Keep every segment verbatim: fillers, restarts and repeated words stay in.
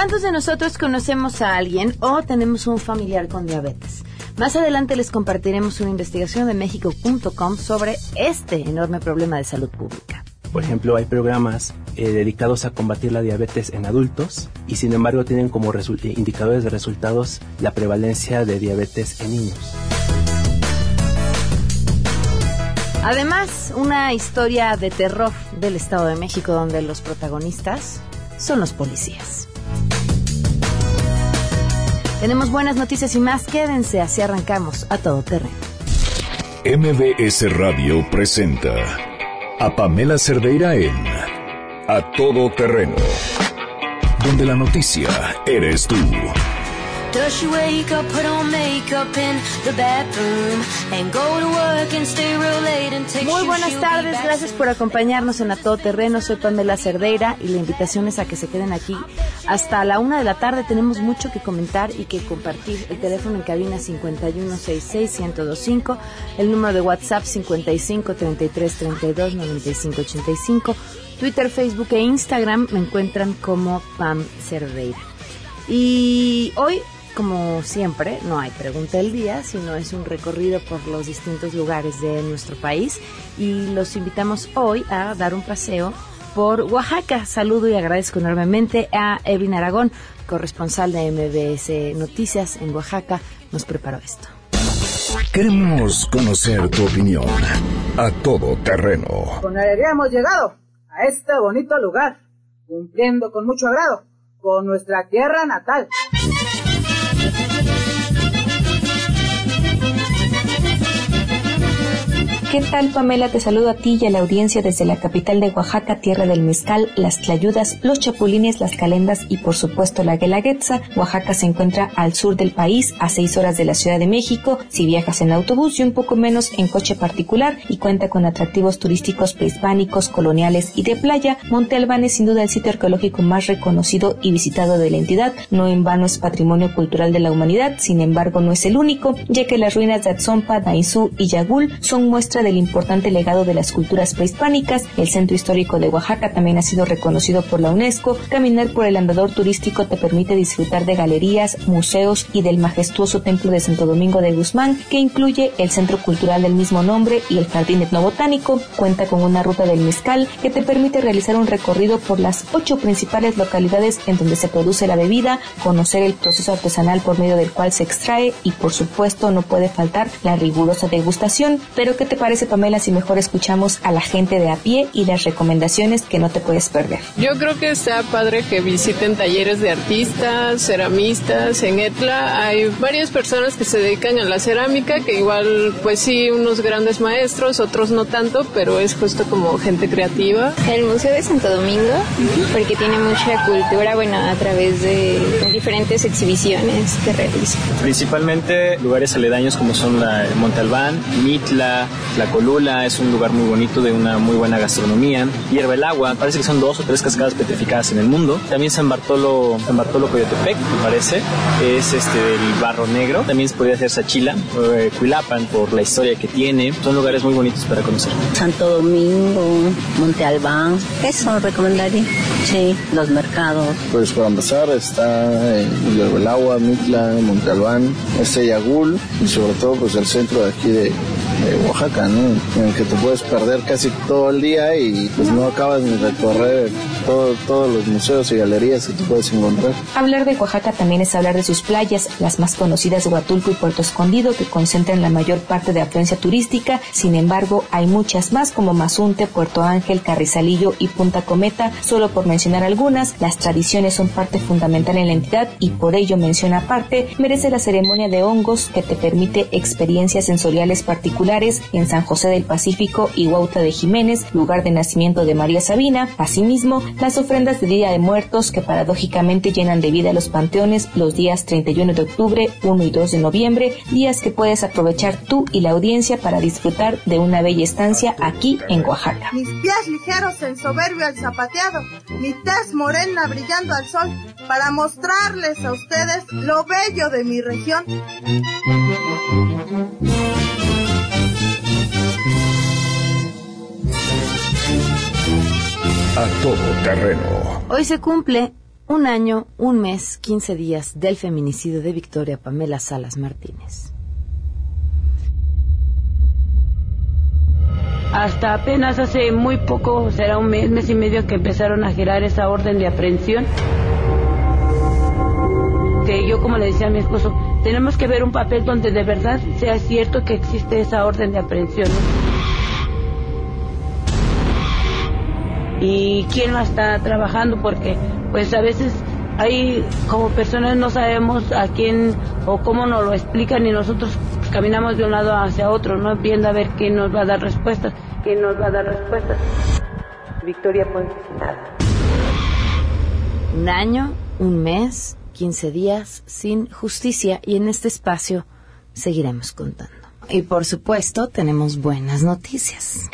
¿Cuántos de nosotros conocemos a alguien o tenemos un familiar con diabetes? Más adelante les compartiremos una investigación de México punto com sobre este enorme problema de salud pública. Por ejemplo, hay programas eh, dedicados a combatir la diabetes en adultos y sin embargo tienen como resu- indicadores de resultados la prevalencia de diabetes en niños. Además, una historia de terror del Estado de México donde los protagonistas son los policías. Tenemos buenas noticias y más, quédense, así arrancamos a todo terreno. M B S Radio presenta a Pamela Cerdeira en A Todo Terreno, donde la noticia eres tú. Does she wake up, put on makeup in the bathroom and go to work and stay real late and take Muy buenas tardes, gracias por acompañarnos en A Todo Terreno. Soy Pamela Cerdeira y la invitación es a que se queden aquí hasta la una de la tarde. Tenemos mucho que comentar y que compartir. El teléfono en cabina cincuenta y uno sesenta y seis, ciento veinticinco, el número de WhatsApp cincuenta y cinco, treinta y tres, treinta y dos, noventa y cinco, ochenta y cinco, Twitter, Facebook e Instagram me encuentran como Pam Cerdeira. Y hoy, como siempre, no hay pregunta del día, sino es un recorrido por los distintos lugares de nuestro país y los invitamos hoy a dar un paseo por Oaxaca. Saludo y agradezco enormemente a Edwin Aragón, corresponsal de M B S Noticias en Oaxaca, nos preparó esto. Queremos conocer tu opinión. A Todo Terreno. Con alegría hemos llegado a este bonito lugar, cumpliendo con mucho agrado con nuestra tierra natal. ¿Qué tal, Pamela? Te saludo a ti y a la audiencia desde la capital de Oaxaca, tierra del mezcal, las tlayudas, los chapulines, las calendas y por supuesto la guelaguetza. Oaxaca se encuentra al sur del país, a seis horas de la Ciudad de México, si viajas en autobús y un poco menos en coche particular, y cuenta con atractivos turísticos prehispánicos, coloniales y de playa. Monte Albán es sin duda el sitio arqueológico más reconocido y visitado de la entidad. No en vano es patrimonio cultural de la humanidad, sin embargo no es el único, ya que las ruinas de Atzompa, Dainzú y Yagul son muestra del importante legado de las culturas prehispánicas. El centro histórico de Oaxaca también ha sido reconocido por la UNESCO. Caminar por el andador turístico te permite disfrutar de galerías, museos y del majestuoso templo de Santo Domingo de Guzmán, que incluye el centro cultural del mismo nombre y el jardín etnobotánico. Cuenta con una ruta del mezcal que te permite realizar un recorrido por las ocho principales localidades en donde se produce la bebida, conocer el proceso artesanal por medio del cual se extrae y por supuesto no puede faltar la rigurosa degustación. Pero ¿qué te parece, Pamela, si mejor escuchamos a la gente de a pie y las recomendaciones que no te puedes perder? Yo creo que está padre que visiten talleres de artistas, ceramistas. En Etla hay varias personas que se dedican a la cerámica, que igual, pues sí, unos grandes maestros, otros no tanto, pero es justo como gente creativa. El Museo de Santo Domingo, porque tiene mucha cultura, bueno, a través de diferentes exhibiciones que realiza. Principalmente lugares aledaños como son la Monte Albán, Mitla, La Colula, es un lugar muy bonito de una muy buena gastronomía. Hierve el Agua, parece que son dos o tres cascadas petrificadas en el mundo. También San Bartolo, San Bartolo Coyotepec, me parece, es este del Barro Negro. También se podría hacer Sachila, eh, Cuilapan, por la historia que tiene. Son lugares muy bonitos para conocer. Santo Domingo, Monte Albán, eso recomendaría. Sí, los mercados. Pues para empezar está eh, Hierve el Agua, Mitla, Monte Albán, este Yagul y sobre todo pues el centro de aquí de de Oaxaca, ¿no? En el que te puedes perder casi todo el día y pues no acabas de recorrer todo, todos los museos y galerías que tú puedes encontrar. Hablar de Oaxaca también es hablar de sus playas, las más conocidas Huatulco y Puerto Escondido, que concentran la mayor parte de afluencia turística. Sin embargo, hay muchas más como Mazunte, Puerto Ángel, Carrizalillo y Punta Cometa, solo por mencionar algunas. Las tradiciones son parte fundamental en la entidad y por ello, mención aparte, merece la ceremonia de hongos, que te permite experiencias sensoriales particulares en San José del Pacífico y Huautla de Jiménez, lugar de nacimiento de María Sabina. Asimismo, las ofrendas de Día de Muertos, que paradójicamente llenan de vida los panteones los días treinta y uno de octubre, uno y dos de noviembre, días que puedes aprovechar tú y la audiencia para disfrutar de una bella estancia aquí en Oaxaca. Mis pies ligeros en soberbio al zapateado, mi tez morena brillando al sol, para mostrarles a ustedes lo bello de mi región. A Todo Terreno. Hoy se cumple Un año, un mes, quince días del feminicidio de Victoria Pamela Salas Martínez. Hasta apenas hace muy poco, será un mes, mes y medio, que empezaron a girar esa orden de aprehensión. Que yo, como le decía a mi esposo, tenemos que ver un papel donde de verdad sea cierto que existe esa orden de aprehensión. Y quién la está trabajando, porque pues a veces hay, como personas, no sabemos a quién o cómo nos lo explican, y nosotros pues, caminamos de un lado hacia otro, no viendo a ver quién nos va a dar respuestas, quién nos va a dar respuestas. Victoria Puente. Un año, un mes, quince días sin justicia, y en este espacio seguiremos contando. Y por supuesto tenemos buenas noticias.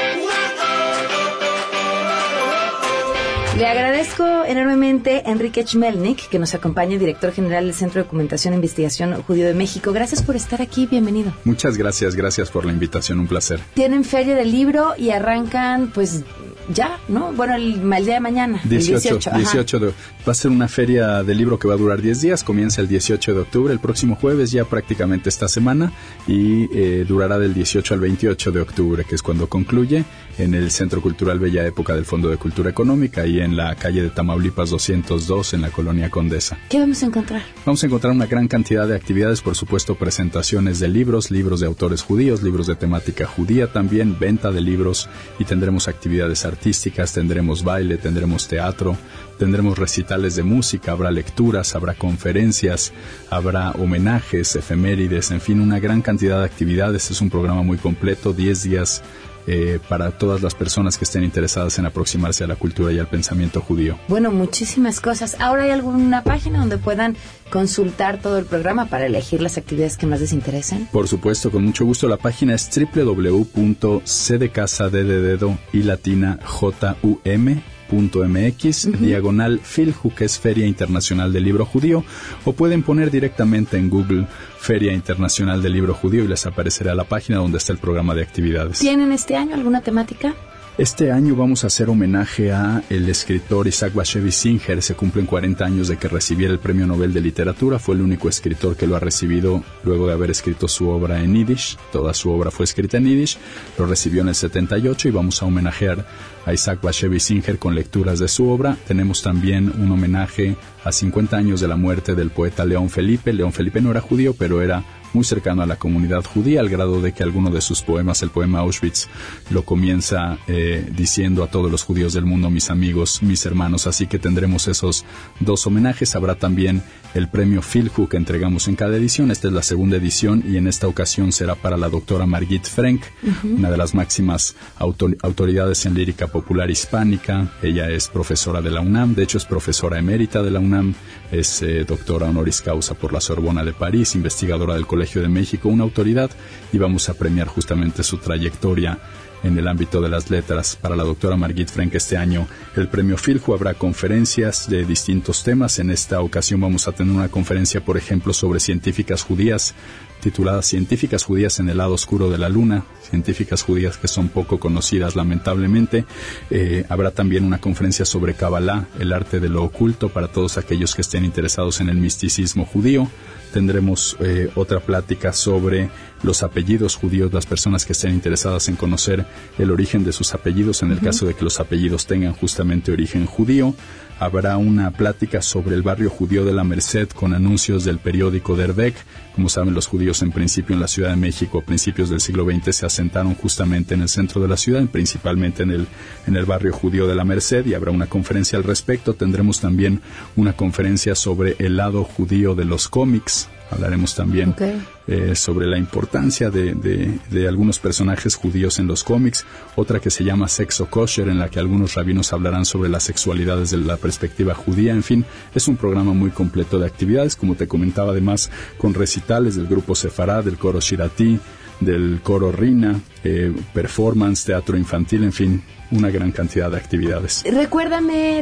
Le agradezco enormemente a Enrique Chmelnik, que nos acompaña, director general del Centro de Documentación e Investigación Judío de México. Gracias por estar aquí, bienvenido. Muchas gracias, gracias por la invitación, un placer. Tienen feria del libro y arrancan, pues, ya, ¿no? Bueno, el, el día de mañana, dieciocho, el dieciocho. dieciocho de, va a ser una feria de libro que va a durar diez días, comienza el dieciocho de octubre, el próximo jueves, ya prácticamente esta semana, y eh, durará del dieciocho al veintiocho de octubre, que es cuando concluye, en el Centro Cultural Bella Época del Fondo de Cultura Económica y en la calle de Tamaulipas doscientos dos, en la Colonia Condesa. ¿Qué vamos a encontrar? Vamos a encontrar una gran cantidad de actividades, por supuesto, presentaciones de libros, libros de autores judíos, libros de temática judía también, venta de libros, y tendremos actividades artísticas, tendremos baile, tendremos teatro, tendremos recitales de música, habrá lecturas, habrá conferencias, habrá homenajes, efemérides, en fin, una gran cantidad de actividades. Es un programa muy completo, diez días eh, para todas las personas que estén interesadas en aproximarse a la cultura y al pensamiento judío. Bueno, muchísimas cosas. ¿Ahora hay alguna página donde puedan consultar todo el programa para elegir las actividades que más les interesen? Por supuesto, con mucho gusto. La página es doble u doble u doble u punto c de casa d de dedo y latina j u m punto m x, uh-huh. diagonal Filju, que es Feria Internacional del Libro Judío, o pueden poner directamente en Google Feria Internacional del Libro Judío y les aparecerá la página donde está el programa de actividades. ¿Tienen este año alguna temática? Este año vamos a hacer homenaje a el escritor Isaac Bashevis Singer. Se cumplen cuarenta años de que recibiera el Premio Nobel de Literatura. Fue el único escritor que lo ha recibido luego de haber escrito su obra en Yiddish. Toda su obra fue escrita en Yiddish. Lo recibió en el setenta y ocho y vamos a homenajear a Isaac Bashevis Singer con lecturas de su obra. Tenemos también un homenaje a cincuenta años de la muerte del poeta León Felipe. León Felipe no era judío, pero era muy cercano a la comunidad judía, al grado de que alguno de sus poemas, el poema Auschwitz, lo comienza eh, diciendo a todos los judíos del mundo, mis amigos, mis hermanos. Así que tendremos esos dos homenajes. Habrá también el premio Filju que entregamos en cada edición. Esta es la segunda edición y en esta ocasión será para la doctora Margit Frenk, uh-huh. una de las máximas autor- autoridades en lírica popular hispánica. Ella es profesora de la UNAM, de hecho es profesora emérita de la UNAM, es eh, doctora honoris causa por la Sorbona de París, investigadora del Colegio de México, una autoridad, y vamos a premiar justamente su trayectoria en el ámbito de las letras. Para la doctora Margit Frenk este año el premio Filju. Habrá conferencias de distintos temas. En esta ocasión vamos a tener una conferencia, por ejemplo, sobre científicas judías, titulada Científicas judías en el lado oscuro de la luna, científicas judías que son poco conocidas lamentablemente. Eh, habrá también una conferencia sobre Kabbalah, el arte de lo oculto, para todos aquellos que estén interesados en el misticismo judío. Tendremos eh, otra plática sobre los apellidos judíos, las personas que estén interesadas en conocer el origen de sus apellidos, en el uh-huh. caso de que los apellidos tengan justamente origen judío. Habrá una plática sobre el barrio judío de la Merced con anuncios del periódico Der Weg. Como saben, los judíos en principio en la Ciudad de México a principios del siglo veinte se asentaron justamente en el centro de la ciudad, principalmente en el, en el barrio judío de la Merced, y habrá una conferencia al respecto. Tendremos también una conferencia sobre el lado judío de los cómics. Hablaremos también okay. eh, sobre la importancia de, de, de algunos personajes judíos en los cómics. Otra que se llama Sexo Kosher, en la que algunos rabinos hablarán sobre la sexualidad desde la perspectiva judía. En fin, es un programa muy completo de actividades, como te comentaba, además con recitales del grupo Sefarad, del coro Shirati, del coro Rina, eh, performance, teatro infantil, en fin, una gran cantidad de actividades. Recuérdame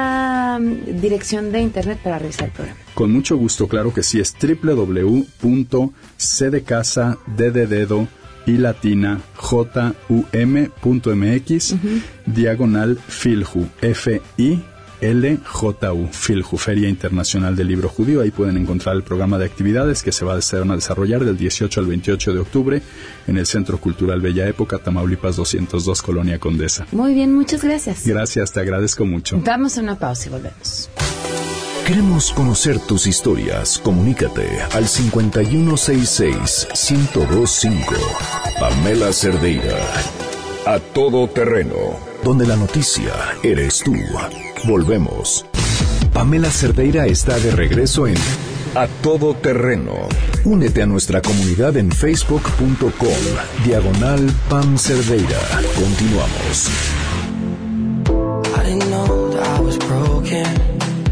la dirección de internet para revisar el programa. Con mucho gusto, claro que sí, es doble u doble u doble u punto c de casa d de dedo y latina j u m punto m x uh-huh. diagonal Filju, F I L J U, Filju, Feria Internacional del Libro Judío. Ahí pueden encontrar el programa de actividades que se va a desarrollar del dieciocho al veintiocho de octubre en el Centro Cultural Bella Época, Tamaulipas doscientos dos, Colonia Condesa. Muy bien, muchas gracias. Gracias, te agradezco mucho. Damos una pausa y volvemos. Queremos conocer tus historias. Comunícate al cincuenta y uno sesenta y seis, ciento dos cinco. Pamela Cerdeira. A todo terreno, donde la noticia eres tú. Volvemos. Pamela Cerdeira está de regreso en A Todo Terreno. Únete a nuestra comunidad en facebook punto com, diagonal Pam Cerdeira. Continuamos. I didn't know that I was broken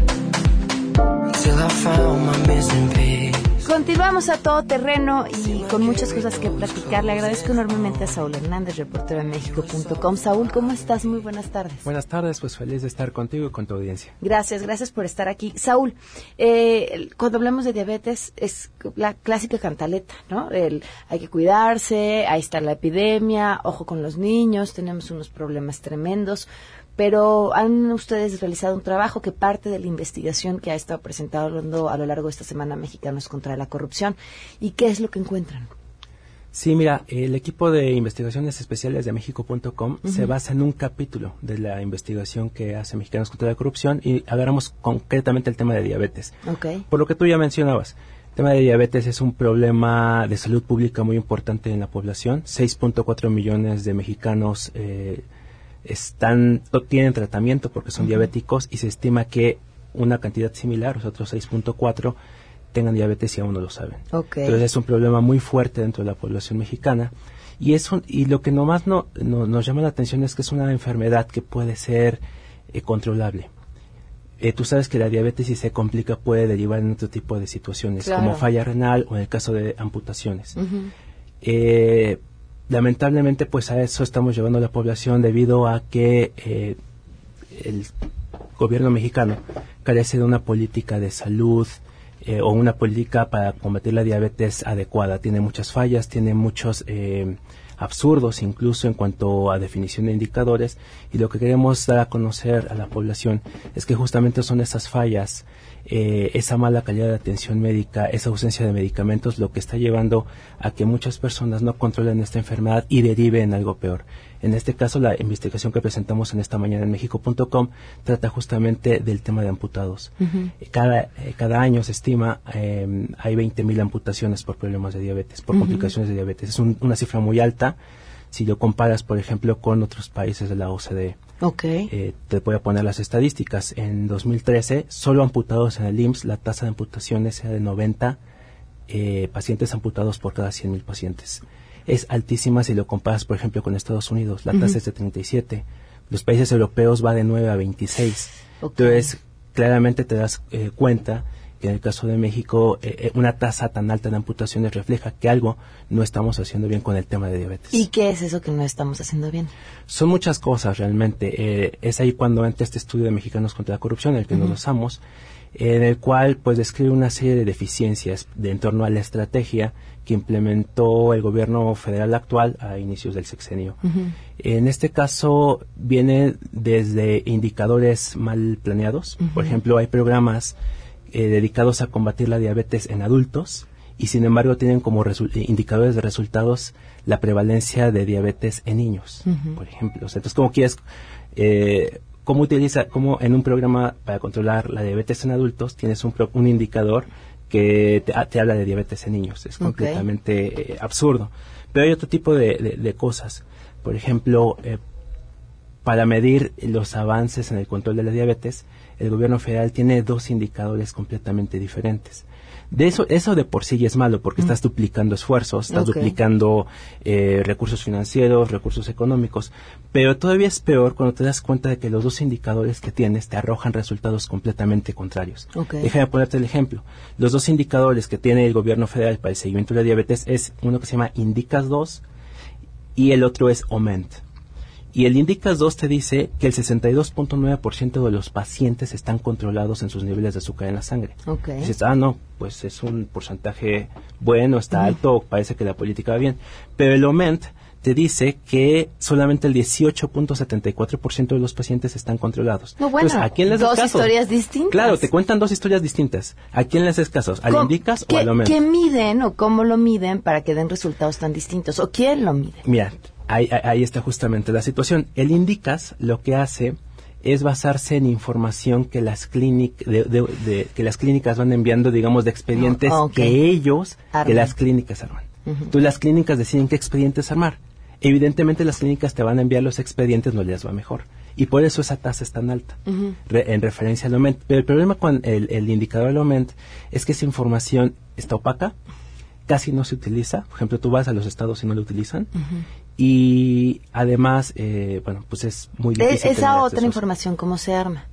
until I found my missing piece. Continuamos a todo terreno y con muchas cosas que platicar. Le agradezco enormemente a Saúl Hernández, reportero de México punto com. Saúl, ¿cómo estás? Muy buenas tardes. Buenas tardes, pues feliz de estar contigo y con tu audiencia. Gracias, gracias por estar aquí. Saúl, eh, cuando hablamos de diabetes es la clásica cantaleta, ¿no? El, hay que cuidarse, ahí está la epidemia, ojo con los niños, tenemos unos problemas tremendos. Pero han ustedes realizado un trabajo que parte de la investigación que ha estado presentando a lo largo de esta semana Mexicanos contra la Corrupción. ¿Y qué es lo que encuentran? Sí, mira, el equipo de investigaciones especiales de México punto com uh-huh. se basa en un capítulo de la investigación que hace Mexicanos contra la Corrupción y agarramos concretamente el tema de diabetes. Okay. Por lo que tú ya mencionabas, el tema de diabetes es un problema de salud pública muy importante en la población. seis punto cuatro millones de mexicanos eh, están tienen tratamiento porque son uh-huh. diabéticos y se estima que una cantidad similar, los otros seis punto cuatro, tengan diabetes y aún no lo saben. Okay. Entonces es un problema muy fuerte dentro de la población mexicana y es un, y lo que nomás no, no nos llama la atención es que es una enfermedad que puede ser eh, controlable. Eh, tú sabes que la diabetes, si se complica, puede derivar en otro tipo de situaciones, claro, como falla renal o en el caso de amputaciones. Uh-huh. Eh, Lamentablemente, pues a eso estamos llevando a la población debido a que eh, el gobierno mexicano carece de una política de salud eh, o una política para combatir la diabetes adecuada. Tiene muchas fallas, tiene muchos eh, absurdos incluso en cuanto a definición de indicadores, y lo que queremos dar a conocer a la población es que justamente son esas fallas, eh, esa mala calidad de atención médica, esa ausencia de medicamentos lo que está llevando a que muchas personas no controlen esta enfermedad y derive en algo peor. En este caso, la investigación que presentamos en esta mañana en México punto com trata justamente del tema de amputados. Uh-huh. Cada, eh, cada año se estima eh, hay veinte mil amputaciones por problemas de diabetes, por uh-huh. complicaciones de diabetes. Es un, una cifra muy alta si lo comparas, por ejemplo, con otros países de la O C D E. Okay. Eh, te voy a poner las estadísticas. En dos mil trece, solo amputados en el I M S S, la tasa de amputaciones era de noventa eh, pacientes amputados por cada cien mil pacientes. Es altísima si lo comparas, por ejemplo, con Estados Unidos. La tasa uh-huh. es de treinta y siete. Los países europeos va de nueve a veintiséis. Okay. Entonces, claramente te das eh, cuenta que en el caso de México, eh, una tasa tan alta de amputaciones refleja que algo no estamos haciendo bien con el tema de diabetes. ¿Y qué es eso que no estamos haciendo bien? Son muchas cosas realmente. Eh, es ahí cuando entra este estudio de Mexicanos contra la Corrupción, en el que uh-huh. nos basamos, en el cual pues describe una serie de deficiencias de en torno a la estrategia que implementó el gobierno federal actual a inicios del sexenio. Uh-huh. En este caso viene desde indicadores mal planeados. Uh-huh. Por ejemplo, hay programas eh, dedicados a combatir la diabetes en adultos y sin embargo tienen como resu- indicadores de resultados la prevalencia de diabetes en niños, uh-huh. por ejemplo. O sea, entonces, ¿cómo quieres... Eh, ¿Cómo utiliza, cómo en un programa para controlar la diabetes en adultos tienes un, pro, un indicador que te, te habla de diabetes en niños? Es okay. completamente eh, absurdo. Pero hay otro tipo de, de, de cosas. Por ejemplo, eh, para medir los avances en el control de la diabetes, el gobierno federal tiene dos indicadores completamente diferentes. De eso, eso de por sí ya es malo, porque mm. estás duplicando esfuerzos, estás okay. duplicando eh, recursos financieros, recursos económicos, pero todavía es peor cuando te das cuenta de que los dos indicadores que tienes te arrojan resultados completamente contrarios. Okay. Déjame ponerte el ejemplo. Los dos indicadores que tiene el gobierno federal para el seguimiento de la diabetes es uno que se llama Indicas dos y el otro es O M E N T. Y el Indicas dos te dice que el sesenta y dos punto nueve por ciento de los pacientes están controlados en sus niveles de azúcar en la sangre. Okay. Dices, ah, no, pues es un porcentaje bueno, está uh-huh. alto, parece que la política va bien. Pero el O M E N T te dice que solamente el dieciocho punto setenta y cuatro por ciento de los pacientes están controlados. No, bueno, entonces, ¿a quién les dos das caso? historias distintas. Claro, te cuentan dos historias distintas. ¿A quién les haces caso? ¿Al Indicas o al Oment? ¿Qué miden o cómo lo miden para que den resultados tan distintos? ¿O quién lo mide? Mira, ahí, ahí está justamente la situación. El Indicas lo que hace es basarse en información que las clínicas de, de, de, que las clínicas van enviando, digamos, de expedientes oh, okay. que ellos, arman. que las clínicas arman. Uh-huh. Entonces las clínicas deciden qué expedientes armar. Evidentemente las clínicas te van a enviar los expedientes, no les va mejor. Y por eso esa tasa es tan alta, uh-huh. re, en referencia al Oment. Pero el problema con el, el indicador del Oment es que esa información está opaca, casi no se utiliza. Por ejemplo, tú vas a los estados y no lo utilizan. Uh-huh. Y además, eh, bueno, pues es muy difícil. Esa otra información, ¿cómo se arma?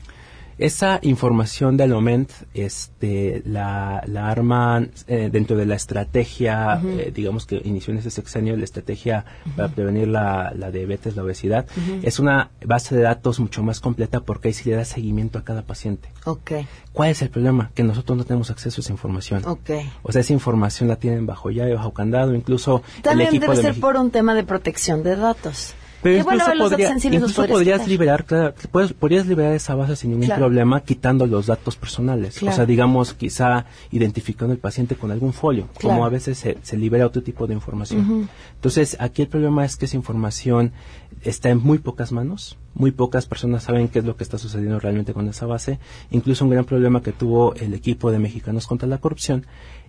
Esa información del Oment, este, la, la arman eh, dentro de la estrategia, uh-huh. eh, digamos que inició en ese sexenio, la estrategia uh-huh. para prevenir la, la diabetes, la obesidad. Uh-huh. Es una base de datos mucho más completa porque ahí sí le da seguimiento a cada paciente. Okay. ¿Cuál es el problema? Que nosotros no tenemos acceso a esa información. Okay. O sea, esa información la tienen bajo llave, bajo candado, incluso también el equipo debe de ser Mex- por un tema de protección de datos. Pero que incluso, bueno, podría, incluso podrías quitar. liberar, claro, puedes, podrías liberar esa base sin ningún claro. problema quitando los datos personales. Claro. O sea, digamos, quizá identificando el paciente con algún folio, claro. como a veces se, se libera otro tipo de información. Uh-huh. Entonces, aquí el problema es que esa información está en muy pocas manos, muy pocas personas saben qué es lo que está sucediendo realmente con esa base. Incluso un gran problema que tuvo el equipo de Mexicanos contra la Corrupción,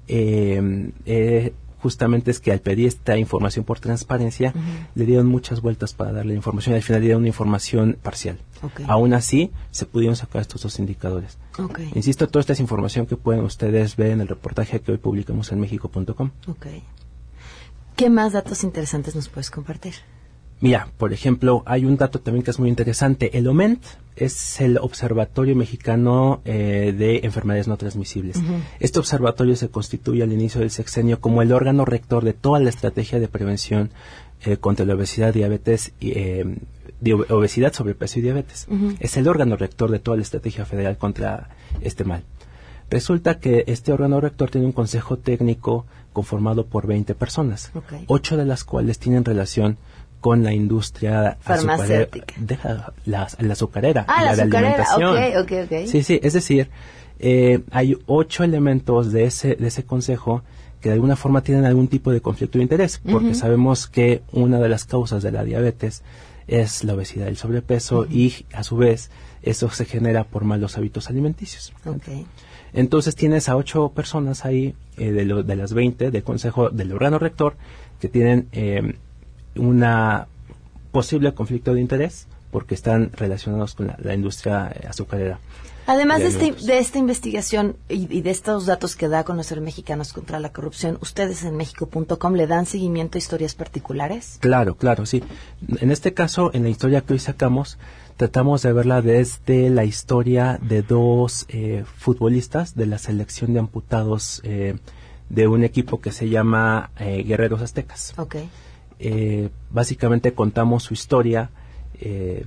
eh, eh, justamente es que al pedir esta información por transparencia, uh-huh. le dieron muchas vueltas para darle información y al final le dieron una información parcial. Okay. Aún así, se pudieron sacar estos dos indicadores. Okay. Insisto, toda esta es información que pueden ustedes ver en el reportaje que hoy publicamos en México punto com. Okay. ¿Qué más datos interesantes nos puedes compartir? Mira, por ejemplo, hay un dato también que es muy interesante. El Oment es el Observatorio Mexicano eh, de Enfermedades No Transmisibles. Uh-huh. Este observatorio se constituye al inicio del sexenio como el órgano rector de toda la estrategia de prevención eh, contra la obesidad, diabetes y eh, de obesidad, sobrepeso y diabetes. Uh-huh. Es el órgano rector de toda la estrategia federal contra este mal. Resulta que este órgano rector tiene un consejo técnico conformado por veinte personas, okay. ocho de las cuales tienen relación con la industria farmacéutica, deja la, la azucarera, ah, la, la de azucarera, alimentación. Okay, okay, okay. Sí, sí, es decir, eh, hay ocho elementos de ese de ese consejo que de alguna forma tienen algún tipo de conflicto de interés, porque uh-huh. sabemos que una de las causas de la diabetes es la obesidad y el sobrepeso, uh-huh. y a su vez eso se genera por malos hábitos alimenticios. Okay. Entonces tienes a ocho personas ahí eh, de, lo, de las veinte del consejo del órgano rector que tienen eh, una posible conflicto de interés porque están relacionados con la, la industria azucarera. Además de, este, de esta investigación y, y de estos datos que da a conocer Mexicanos contra la Corrupción, ¿ustedes en México punto com le dan seguimiento a historias particulares? Claro, claro, sí. En este caso, en la historia que hoy sacamos, tratamos de verla desde la historia de dos eh, futbolistas de la selección de amputados eh, de un equipo que se llama eh, Guerreros Aztecas. Okay. Eh, básicamente contamos su historia eh,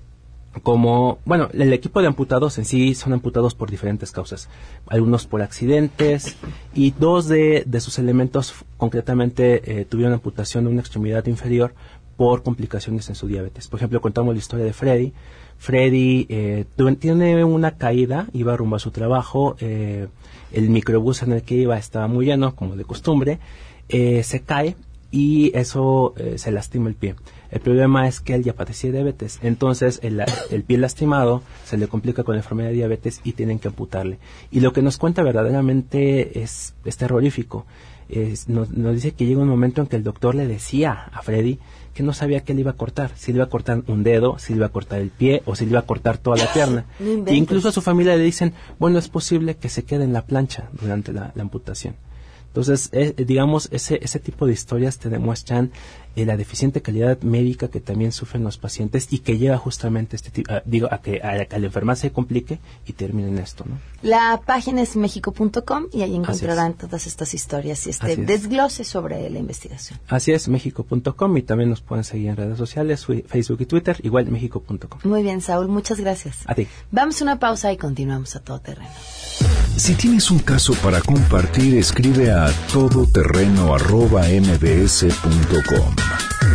como, bueno, el equipo de amputados en sí son amputados por diferentes causas, algunos por accidentes y dos de, de sus elementos concretamente eh, tuvieron amputación de una extremidad inferior por complicaciones en su diabetes. Por ejemplo, contamos la historia de Freddy. Freddy eh, tu, tiene una caída, iba rumbo a su trabajo, eh, el microbús en el que iba estaba muy lleno, como de costumbre, eh, se cae y eso eh, se lastima el pie. El problema es que él ya padecía diabetes, entonces el, el pie lastimado se le complica con la enfermedad de diabetes y tienen que amputarle. Y lo que nos cuenta verdaderamente es, es terrorífico. Es, nos, nos dice que llega un momento en que el doctor le decía a Freddy que no sabía qué le iba a cortar, si le iba a cortar un dedo, si le iba a cortar el pie o si le iba a cortar toda la pierna. E incluso a su familia le dicen, bueno, es posible que se quede en la plancha durante la, la amputación. Entonces, eh, digamos, ese ese tipo de historias te demuestran eh, la deficiente calidad médica que también sufren los pacientes y que lleva justamente este tipo, uh, digo, a que, a, a la enfermedad se complique y termine en esto, ¿no? La página es México punto com y ahí encontrarán todas estas historias y este desglose sobre la investigación. Así es, México punto com y también nos pueden seguir en redes sociales, Facebook y Twitter, igual México punto com. Muy bien, Saúl, muchas gracias. A ti. Vamos a una pausa y continuamos a todo terreno. Si tienes un caso para compartir, escribe a todoterreno arroba mbs punto com.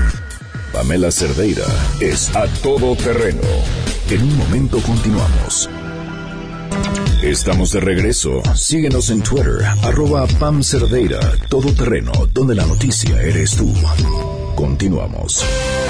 Pamela Cerdeira es A Todo Terreno. En un momento continuamos. Estamos de regreso. Síguenos en Twitter, arroba Pam Cerdeira, Todo Terreno, donde la noticia eres tú. Continuamos.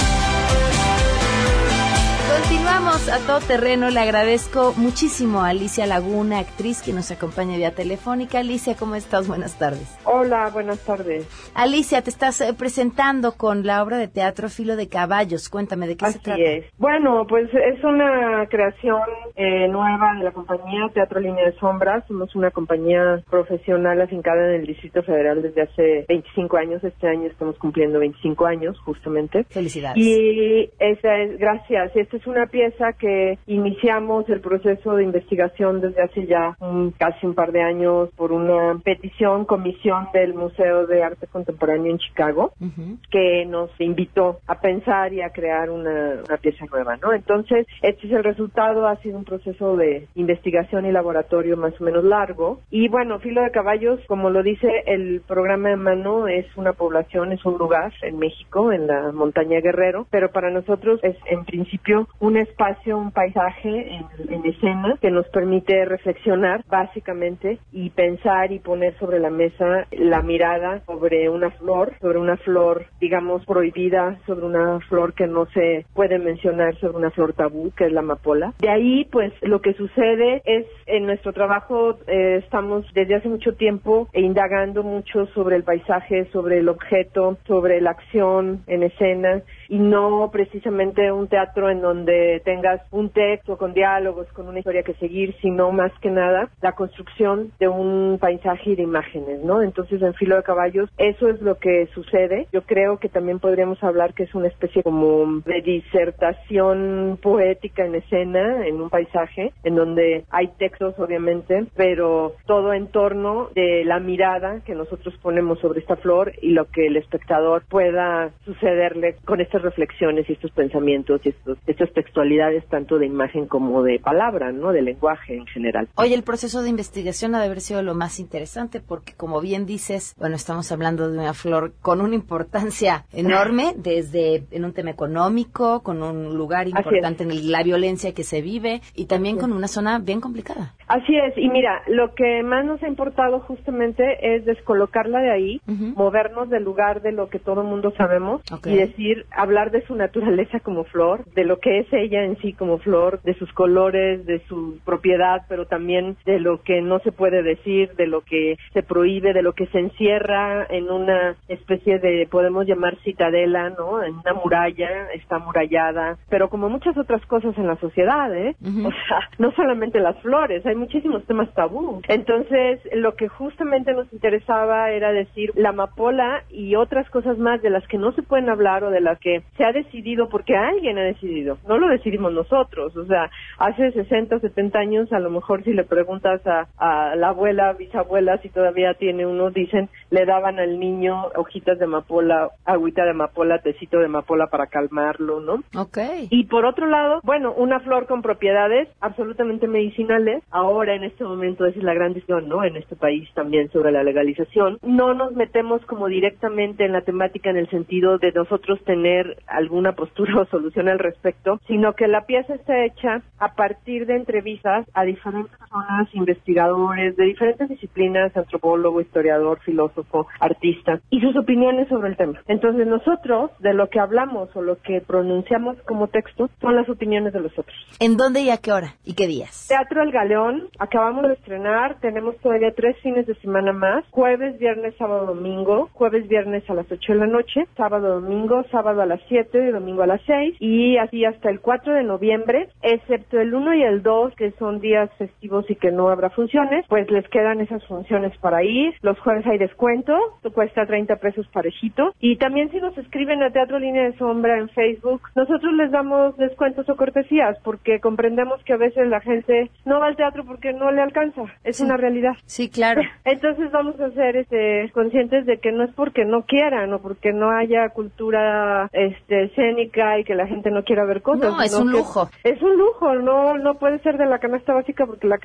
Continuamos a Todo Terreno. Le agradezco muchísimo a Alicia Laguna, actriz que nos acompaña vía telefónica. Alicia, ¿cómo estás? Buenas tardes. Hola, buenas tardes. Alicia, te estás eh, presentando con la obra de teatro Filo de Caballos. Cuéntame, ¿de qué Así se trata? es. Bueno, pues es una creación eh, nueva de la compañía Teatro Línea de Sombras. Somos una compañía profesional afincada en el Distrito Federal desde hace veinticinco años. Este año estamos cumpliendo veinticinco años, justamente. Felicidades. Y esa es, gracias. Esta es una pieza que iniciamos el proceso de investigación desde hace ya un, casi un par de años por una petición, comisión del Museo de Arte Contemporáneo en Chicago, uh-huh. que nos invitó a pensar y a crear una, una pieza nueva, ¿no? Entonces, este es el resultado. Ha sido un proceso de investigación y laboratorio más o menos largo. Y bueno, Filo de Caballos, como lo dice el programa de mano, es una población, es un lugar en México, en la montaña Guerrero, pero para nosotros es en principio un espacio, un paisaje en, en escena que nos permite reflexionar básicamente y pensar y poner sobre la mesa la mirada sobre una flor, sobre una flor, digamos, prohibida, sobre una flor que no se puede mencionar, sobre una flor tabú, que es la amapola. De ahí, pues, lo que sucede es, en nuestro trabajo, eh, estamos desde hace mucho tiempo indagando mucho sobre el paisaje, sobre el objeto, sobre la acción en escena, y no precisamente un teatro en donde tengas un texto con diálogos, con una historia que seguir, sino más que nada la construcción de un paisaje y de imágenes, ¿no? Entonces, en Filo de Caballos, eso es lo que sucede. Yo creo que también podríamos hablar que es una especie como de disertación poética en escena, en un paisaje, en donde hay textos, obviamente, pero todo en torno de la mirada que nosotros ponemos sobre esta flor y lo que el espectador pueda sucederle con estas reflexiones y estos pensamientos y estos, estas textualidades tanto de imagen como de palabra, ¿no? De lenguaje en general. Oye, el proceso de investigación ha de haber sido lo más interesante porque, como bien dices, bueno, estamos hablando de una flor con una importancia enorme, desde en un tema económico, con un lugar importante en el, la violencia que se vive y también con una zona bien complicada. Así es, y mira, lo que más nos ha importado justamente es descolocarla de ahí, uh-huh. movernos del lugar de lo que todo el mundo sabemos, okay. y decir, hablar de su naturaleza como flor, de lo que es ella en sí como flor, de sus colores, de su propiedad, pero también de lo que no se puede decir, de lo que se prohíbe, de lo que se encierra en una especie de, podemos llamar citadela, ¿no? En una muralla, está amurallada, pero como muchas otras cosas en la sociedad, ¿eh? Uh-huh. O sea, no solamente las flores, hay muchísimos temas tabú. Entonces, lo que justamente nos interesaba era decir la amapola y otras cosas más de las que no se pueden hablar o de las que se ha decidido porque alguien ha decidido, no lo decidimos nosotros. O sea, hace sesenta, setenta años, a lo mejor si le preguntas a, a la abuela, bisabuela, si todavía tiene uno, dicen, le daban al niño hojitas de amapola, agüita de amapola, tecito de amapola para calmarlo, ¿no? Okay. Y por otro lado, bueno, una flor con propiedades absolutamente medicinales. Ahora, en este momento, esa es la gran discusión, ¿no? En este país también sobre la legalización. No nos metemos como directamente en la temática en el sentido de nosotros tener alguna postura o solución al respecto, sino que la pieza está hecha a partir de entrevistas a diferentes personas, investigadores de diferentes disciplinas, antropólogo, historiador, filósofo, artista, y sus opiniones sobre el tema. Entonces nosotros, de lo que hablamos o lo que pronunciamos como texto, son las opiniones de los otros. ¿En dónde y a qué hora? ¿Y qué días? Teatro El Galeón, acabamos de estrenar, tenemos todavía tres fines de semana más, jueves, viernes, sábado, domingo, jueves, viernes a las ocho de la noche, sábado, domingo, sábado a las siete, domingo a las seis, y así hasta el cuatro de noviembre, excepto el uno y el dos, que son días festivos y que no habrá funciones, pues les quedan esas funciones para ir. Los jueves hay descuento, esto cuesta treinta pesos parejito, y también si nos escriben a Teatro Línea de Sombra en Facebook, nosotros les damos descuentos o cortesías, porque comprendemos que a veces la gente no va al teatro porque no le alcanza, es sí. una realidad. Sí, claro. Entonces vamos a ser este, conscientes de que no es porque no quieran o porque no haya cultura este, escénica y que la gente no quiera ver cosas. No, es un lujo. Es un lujo, no no puede ser de la canasta básica porque la canasta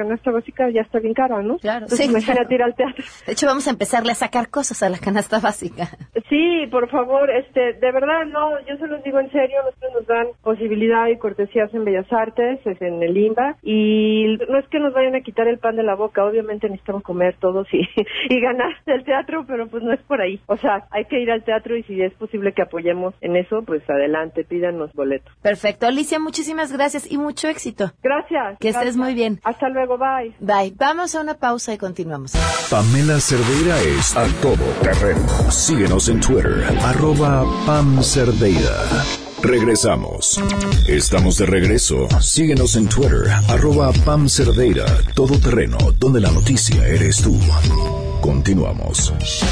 canasta básica ya está bien cara, ¿no? Claro, Entonces, sí. imagínate Claro. ir al teatro. De hecho, vamos a empezarle a sacar cosas a la canasta básica. Sí, por favor, este, de verdad, no, yo se los digo en serio, nosotros nos dan posibilidad y cortesías en Bellas Artes, es en el I N B A, y no es que nos vayan a quitar el pan de la boca, obviamente necesitamos comer todos y, y ganar del teatro, pero pues no es por ahí. O sea, hay que ir al teatro y si es posible que apoyemos en eso, pues adelante, pídanos boletos. Perfecto. Alicia, muchísimas gracias y mucho éxito. Gracias. Que gracias. estés muy bien. Hasta luego, bye. Bye. Vamos a una pausa y continuamos. Pamela Cerdeira es a todo terreno. Síguenos en Twitter, arroba Pam Cerdeira. Regresamos. Estamos de regreso. Síguenos en Twitter, arroba Pam Cerdeira, todo terreno, donde la noticia eres tú. Continuamos.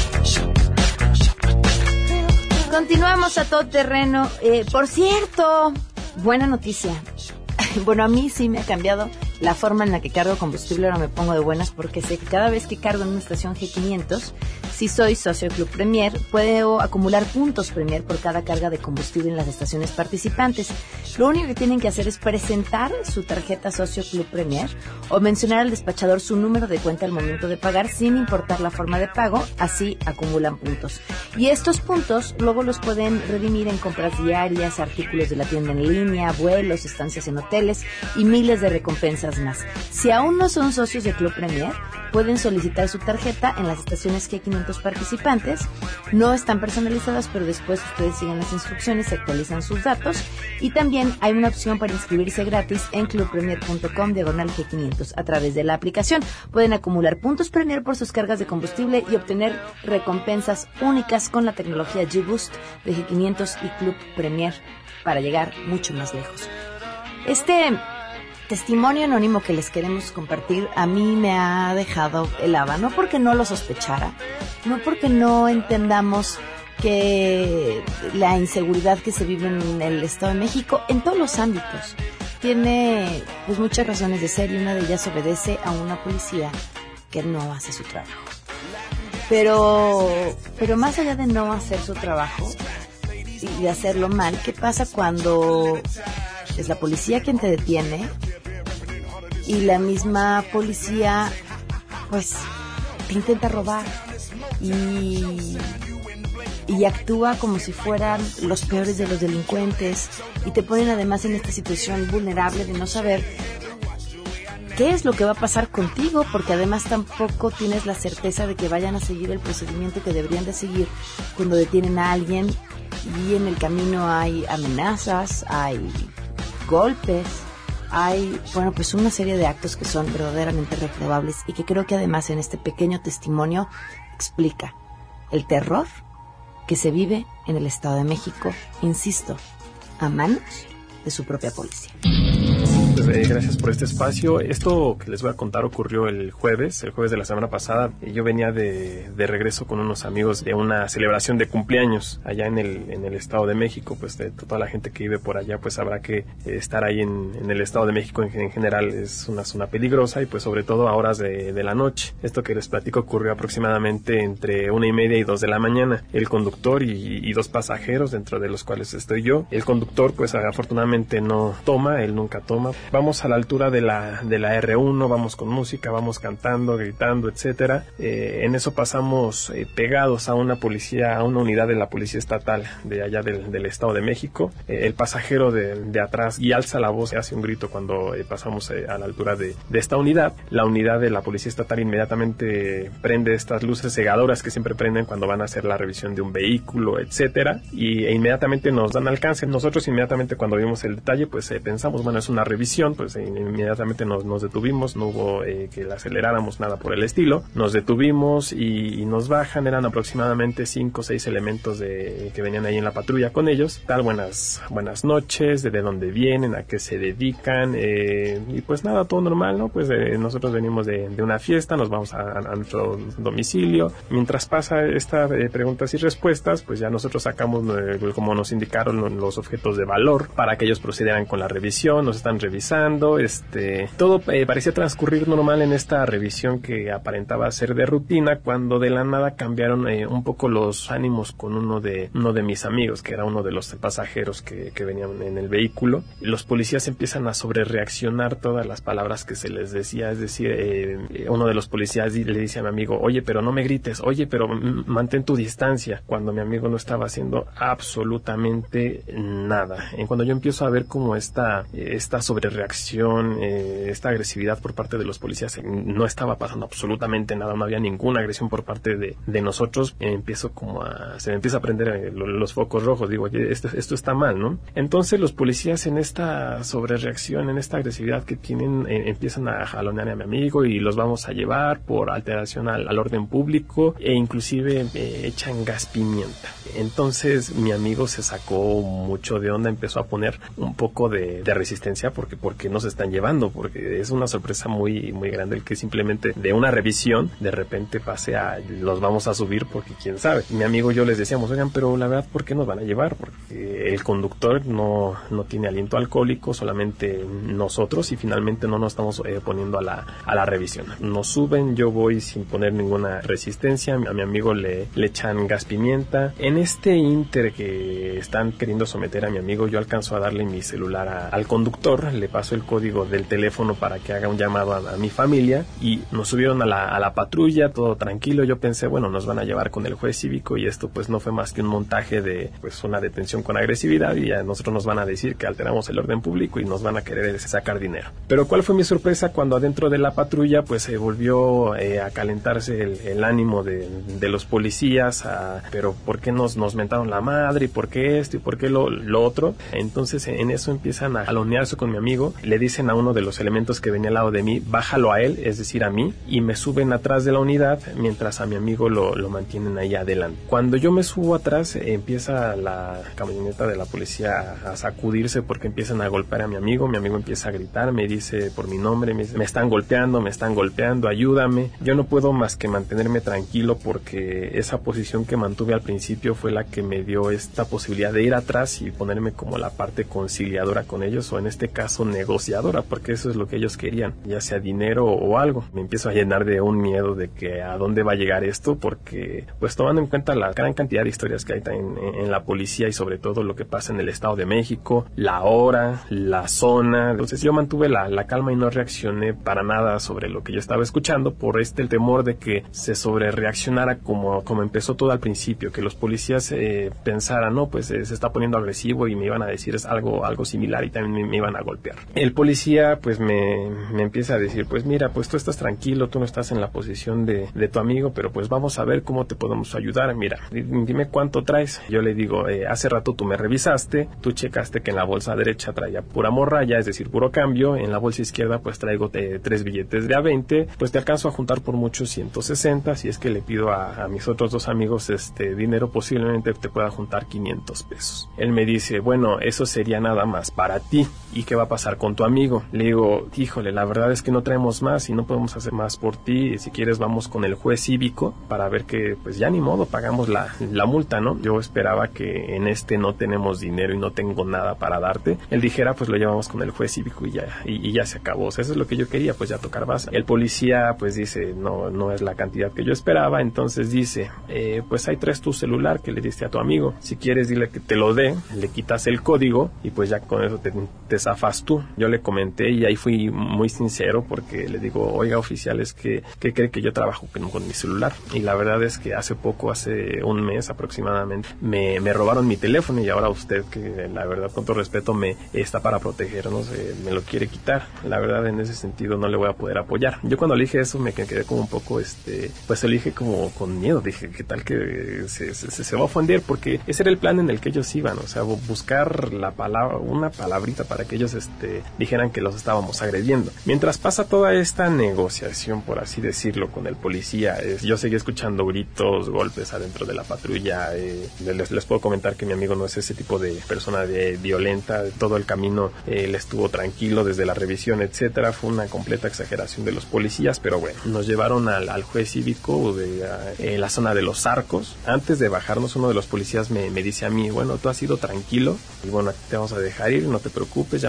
Continuamos a todo terreno. Eh, por cierto, buena noticia. Bueno, a mí sí me ha cambiado la forma en la que cargo combustible. Ahora me pongo de buenas porque sé que cada vez que cargo en una estación G quinientos, si soy socio del Club Premier, puedo acumular puntos Premier por cada carga de combustible en las estaciones participantes. Lo único que tienen que hacer es presentar su tarjeta socio Club Premier o mencionar al despachador su número de cuenta al momento de pagar sin importar la forma de pago, así acumulan puntos. Y estos puntos luego los pueden redimir en compras diarias, artículos de la tienda en línea, vuelos, estancias en hoteles y miles de recompensas más. Si aún no son socios de Club Premier, pueden solicitar su tarjeta en las estaciones G quinientos participantes. No están personalizadas, pero después ustedes siguen las instrucciones, se actualizan sus datos y también hay una opción para inscribirse gratis en clubpremier punto com diagonal G quinientos a través de la aplicación. Pueden acumular puntos Premier por sus cargas de combustible y obtener recompensas únicas con la tecnología G-Boost de G quinientos y Club Premier para llegar mucho más lejos. Este testimonio anónimo que les queremos compartir a mí me ha dejado helada, no porque no lo sospechara, no porque no entendamos que la inseguridad que se vive en el Estado de México en todos los ámbitos tiene pues muchas razones de ser y una de ellas obedece a una policía que no hace su trabajo. Pero, pero más allá de no hacer su trabajo y de hacerlo mal, ¿qué pasa cuando es la policía quien te detiene y la misma policía pues te intenta robar y, y actúa como si fueran los peores de los delincuentes y te ponen además en esta situación vulnerable de no saber qué es lo que va a pasar contigo, porque además tampoco tienes la certeza de que vayan a seguir el procedimiento que deberían de seguir cuando detienen a alguien y en el camino hay amenazas, hay golpes, hay, bueno, pues una serie de actos que son verdaderamente reprobables y que creo que además en este pequeño testimonio explica el terror que se vive en el Estado de México, insisto, a manos de su propia policía. Eh, gracias por este espacio. Esto que les voy a contar ocurrió el jueves, el jueves de la semana pasada. Yo venía de, de regreso con unos amigos de una celebración de cumpleaños allá en el, en el Estado de México. Pues de toda la gente que vive por allá pues sabrá que eh, estar ahí en, en el Estado de México en, en general es una zona peligrosa y pues sobre todo a horas de, de la noche. Esto que les platico ocurrió aproximadamente entre una y media y dos de la mañana. El conductor y, y dos pasajeros, dentro de los cuales estoy yo. El conductor pues afortunadamente no toma, él nunca toma. Vamos a la altura de la, de la erre uno, vamos con música, vamos cantando, gritando, etcétera. Eh, en eso pasamos eh, pegados a una policía, a una unidad de la policía estatal de allá del, del Estado de México. Eh, el pasajero de, de atrás y alza la voz, hace un grito cuando eh, pasamos eh, a la altura de, de esta unidad. La unidad de la policía estatal inmediatamente prende estas luces cegadoras que siempre prenden cuando van a hacer la revisión de un vehículo, etcétera. Y e inmediatamente nos dan alcance. Nosotros inmediatamente cuando vimos el detalle, pues eh, pensamos, bueno, es una revisión, pues eh, inmediatamente nos, nos detuvimos, no hubo eh, que la aceleráramos, nada por el estilo. Nos detuvimos y, y nos bajan, eran aproximadamente cinco o seis elementos de, que venían ahí en la patrulla con ellos. Tal, buenas, buenas noches, de, de dónde vienen, a qué se dedican, eh, y pues nada, todo normal, ¿no? Pues eh, nosotros venimos de, de una fiesta, nos vamos a, a nuestro domicilio. Mientras pasa esta eh, preguntas y respuestas, pues ya nosotros sacamos, eh, como nos indicaron, los objetos de valor para que ellos procedieran con la revisión. Nos están revisando revisando, este, todo eh, parecía transcurrir normal en esta revisión que aparentaba ser de rutina, cuando de la nada cambiaron eh, un poco los ánimos con uno de uno de mis amigos, que era uno de los pasajeros que, que venían en el vehículo. Los policías empiezan a sobrereaccionar todas las palabras que se les decía, es decir, eh, uno de los policías le dice a mi amigo, oye, pero no me grites, oye, pero m- mantén tu distancia, cuando mi amigo no estaba haciendo absolutamente nada. En cuando yo empiezo a ver como esta, esta sobrereacción, eh, esta agresividad por parte de los policías, no estaba pasando absolutamente nada, no había ninguna agresión por parte de, de nosotros, eh, empiezo como a, se me empieza a prender eh, lo, los focos rojos, digo, oye, esto, esto está mal, ¿no? Entonces los policías en esta sobrereacción, en esta agresividad que tienen, eh, empiezan a jalonear a mi amigo y los vamos a llevar por alteración al, al orden público, e inclusive eh, echan gas pimienta. Entonces mi amigo se sacó mucho de onda, empezó a poner un poco de, de resistencia porque porque nos están llevando, porque es una sorpresa muy muy grande el que simplemente de una revisión de repente pase a los vamos a subir, porque quién sabe. Mi amigo y yo les decíamos, oigan, pero la verdad, ¿por qué nos van a llevar? Porque el conductor no, no tiene aliento alcohólico, solamente nosotros, y finalmente no nos estamos eh, poniendo a la, a la revisión. Nos suben, yo voy sin poner ninguna resistencia, a mi amigo le, le echan gas pimienta. En este inter que están queriendo someter a mi amigo, yo alcanzo a darle mi celular a, al conductor, le paso el código del teléfono para que haga un llamado a, a mi familia, y nos subieron a la, a la patrulla, todo tranquilo. Yo pensé, bueno, nos van a llevar con el juez cívico, y esto pues no fue más que un montaje de pues una detención con agresividad, y a nosotros nos van a decir que alteramos el orden público y nos van a querer sacar dinero. Pero ¿cuál fue mi sorpresa? Cuando adentro de la patrulla pues se volvió eh, a calentarse el, el ánimo de, de los policías, a, pero ¿por qué nos, nos mentaron la madre? ¿Y por qué esto? ¿Y por qué lo, lo otro? Entonces en eso empiezan a jalonearse con mi amigo, le dicen a uno de los elementos que venía al lado de mí, bájalo a él, es decir a mí, y me suben atrás de la unidad mientras a mi amigo lo, lo mantienen ahí adelante. Cuando yo me subo atrás, eh, empieza la camioneta de la policía a, a sacudirse porque empiezan a golpear a mi amigo. Mi amigo empieza a gritar, me dice por mi nombre, me dice, me están golpeando, me están golpeando, ayúdame. Yo no puedo más que mantenerme tranquilo, porque esa posición que mantuve al principio fue la que me dio esta posibilidad de ir atrás y ponerme como la parte conciliadora con ellos, o en este caso negociadora, porque eso es lo que ellos querían, ya sea dinero o algo. Me empiezo a llenar de un miedo de que a dónde va a llegar esto, porque pues tomando en cuenta la gran cantidad de historias que hay en, en la policía, y sobre todo lo que pasa en el Estado de México, la hora, la zona, entonces yo mantuve la, la calma y no reaccioné para nada sobre lo que yo estaba escuchando, por este el temor de que se sobrereaccionara como, como empezó todo al principio, que los policías eh, pensaran, no, pues eh, se está poniendo agresivo, y me iban a decir es algo, algo similar, y también me, me iban a golpear. El policía pues me, me empieza a decir, pues mira, pues tú estás tranquilo, tú no estás en la posición de, de tu amigo, pero pues vamos a ver cómo te podemos ayudar. Mira, dime cuánto traes. Yo le digo, eh, hace rato tú me revisaste, tú checaste que en la bolsa derecha traía pura morralla, es decir, puro cambio, en la bolsa izquierda pues traigo eh, tres billetes de a veinte, pues te alcanzo a juntar por mucho ciento sesenta, si es que le pido a, a mis otros dos amigos este dinero, posiblemente te pueda juntar quinientos pesos. Él me dice, bueno, eso sería nada más para ti, ¿y qué va a pasar con tu amigo? Le digo, híjole, la verdad es que no traemos más y no podemos hacer más por ti, si quieres vamos con el juez cívico para ver que pues ya ni modo, pagamos la, la multa, ¿no? Yo esperaba que en este no tenemos dinero y no tengo nada para darte. Él dijera, pues lo llevamos con el juez cívico y ya, y, y ya se acabó. O sea, eso es lo que yo quería, pues ya tocar base. El policía pues dice, no, no es la cantidad que yo esperaba, entonces dice, eh, pues ahí traes tu celular que le diste a tu amigo, si quieres dile que te lo dé, le quitas el código y pues ya con eso te, te zafas tú. Yo le comenté y ahí fui muy sincero, porque le digo, oiga oficial, es que, que cree que yo trabajo con, con mi celular, y la verdad es que hace poco, hace un mes aproximadamente, me, me robaron mi teléfono, y ahora usted, que la verdad con todo respeto me está para protegernos, eh, me lo quiere quitar. La verdad en ese sentido no le voy a poder apoyar. Yo cuando le dije eso me quedé como un poco, este pues le dije como con miedo, dije, ¿qué tal que se, se, se va a ofender? Porque ese era el plan en el que ellos iban, o sea, buscar la palabra, una palabrita para que ellos este dijeran que los estábamos agrediendo. Mientras pasa toda esta negociación, por así decirlo, con el policía, es, yo seguí escuchando gritos, golpes adentro de la patrulla. Eh, les, les puedo comentar que mi amigo no es ese tipo de persona de violenta. Todo el camino eh, él estuvo tranquilo desde la revisión, etcétera. Fue una completa exageración de los policías, pero bueno, nos llevaron al, al juez cívico de eh, la zona de Los Arcos. Antes de bajarnos, uno de los policías me, me dice a mí, bueno, tú has ido tranquilo y bueno, te vamos a dejar ir, no te preocupes, llámale a tu